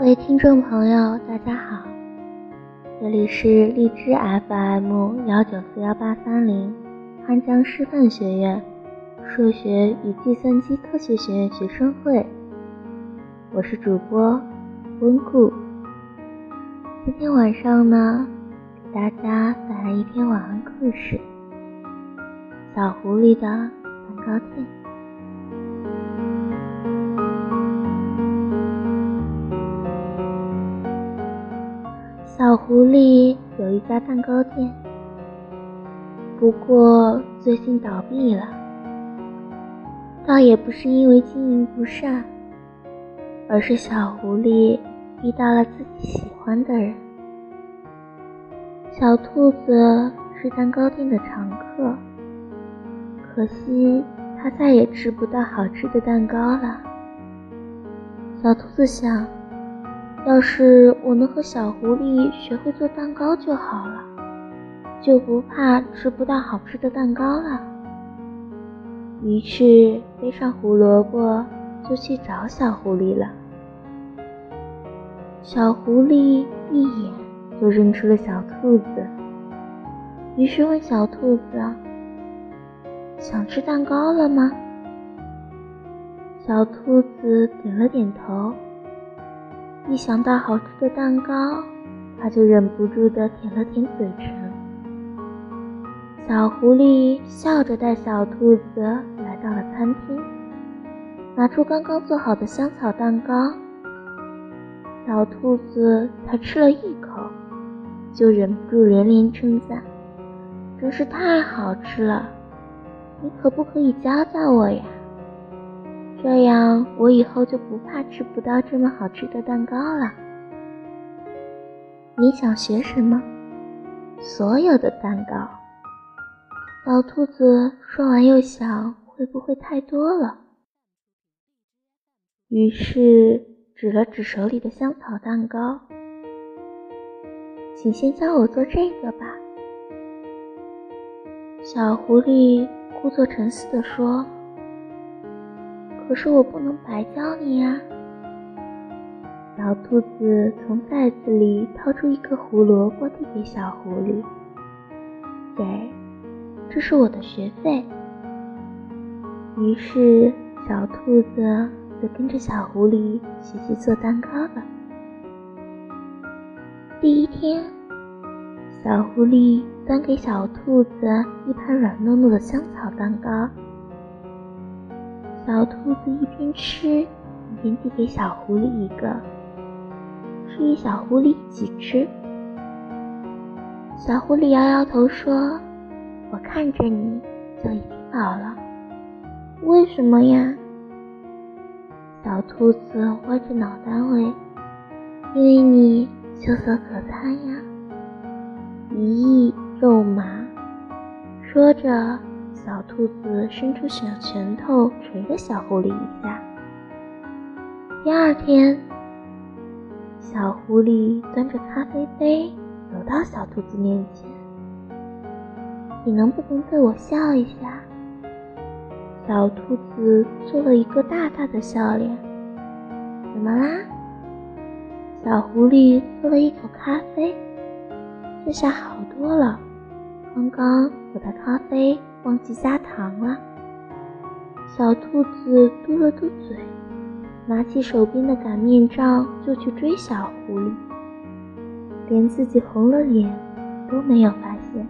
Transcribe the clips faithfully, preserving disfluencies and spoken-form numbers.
位听众朋友大家好，这里是荔枝 F M 一九四一八三零汉江师范学院数学与计算机科学学院学生会，我是主播温故。今天晚上呢，给大家带来一篇晚安故事，小狐狸的蛋糕店。小狐狸有一家蛋糕店，不过最近倒闭了，倒也不是因为经营不善，而是小狐狸遇到了自己喜欢的人。小兔子是蛋糕店的常客，可惜它再也吃不到好吃的蛋糕了。小兔子想，要是我能和小狐狸学会做蛋糕就好了，就不怕吃不到好吃的蛋糕了。于是背上胡萝卜就去找小狐狸了。小狐狸一眼就认出了小兔子，于是问小兔子：想吃蛋糕了吗？小兔子点了点头，一想到好吃的蛋糕，他就忍不住地舔了舔嘴唇。小狐狸笑着带小兔子来到了餐厅，拿出刚刚做好的香草蛋糕。小兔子才吃了一口，就忍不住连连称赞：真是太好吃了，你可不可以教教我呀？这样我以后就不怕吃不到这么好吃的蛋糕了。你想学什么？所有的蛋糕。小兔子说完又想，会不会太多了？于是指了指手里的香草蛋糕，请先教我做这个吧。小狐狸故作沉思地说，可是我不能白教你呀。小兔子从袋子里掏出一颗胡萝卜递给小狐狸，给，这是我的学费。于是小兔子就跟着小狐狸学习做蛋糕了。第一天，小狐狸端给小兔子一盘软糯糯的香草蛋糕，小兔子一边吃一边递给小狐狸一个，示意小狐狸一起吃。小狐狸摇摇头说，我看着你就已经饱了。为什么呀？小兔子歪着脑袋问，因为你秀色可餐呀。一意肉麻。说着，小兔子伸出小拳头捶了小狐狸一下。第二天，小狐狸端着咖啡杯走到小兔子面前，你能不能对我笑一下？小兔子做了一个大大的笑脸。怎么啦？小狐狸喝了一口咖啡，这下好多了，刚刚我的咖啡忘记加糖了。小兔子嘟了嘟嘴，拿起手边的擀面杖就去追小狐狸，连自己红了脸都没有发现。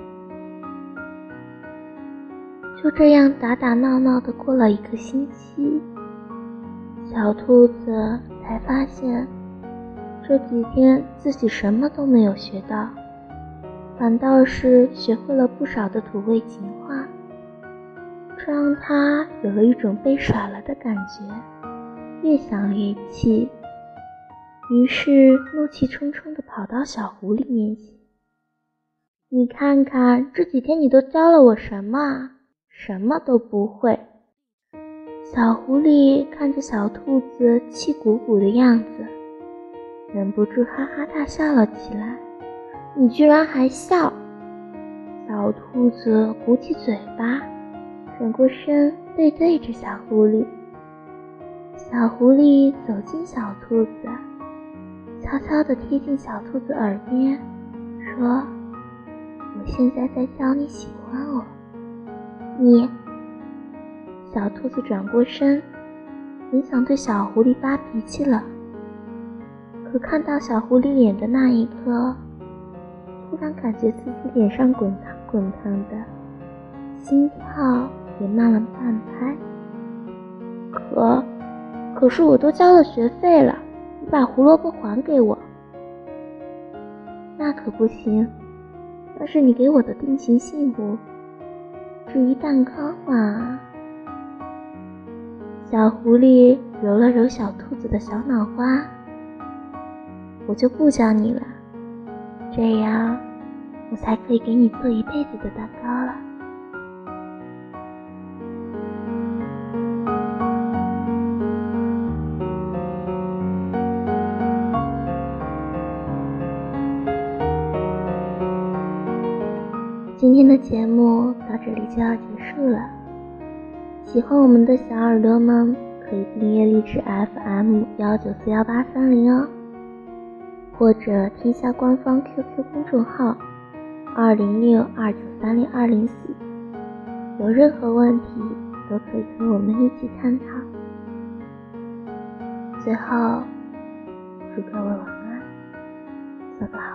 就这样打打闹闹的过了一个星期，小兔子才发现这几天自己什么都没有学到，反倒是学会了不少的土味情话，这让他有了一种被耍了的感觉，越想越气，于是怒气冲冲地跑到小狐狸面前，你看看这几天你都教了我什么啊？什么都不会。小狐狸看着小兔子气鼓鼓的样子，忍不住哈哈大笑了起来。你居然还笑！小兔子鼓起嘴巴，转过身背对着小狐狸。小狐狸走近小兔子， 悄悄地贴近小兔子耳边，说：“我现在在叫你喜欢我。”你。小兔子转过身，很想对小狐狸发脾气了。可看到小狐狸脸的那一刻，突然感觉自己脸上滚烫滚烫的，心跳也慢了半拍。可可是我都交了学费了，你把胡萝卜还给我。那可不行，那是你给我的定情信物。至于蛋糕嘛……小狐狸揉了揉小兔子的小脑花，我就不教你了，这样我才可以给你做一辈子的蛋糕了。今天的节目到这里就要结束了，喜欢我们的小耳朵们可以订阅荔枝 F M 一九四一八三零哦，或者添加官方 Q Q 公众号二零六二九三零二零四，有任何问题都可以跟我们一起探讨。最后，祝各位晚安，做个好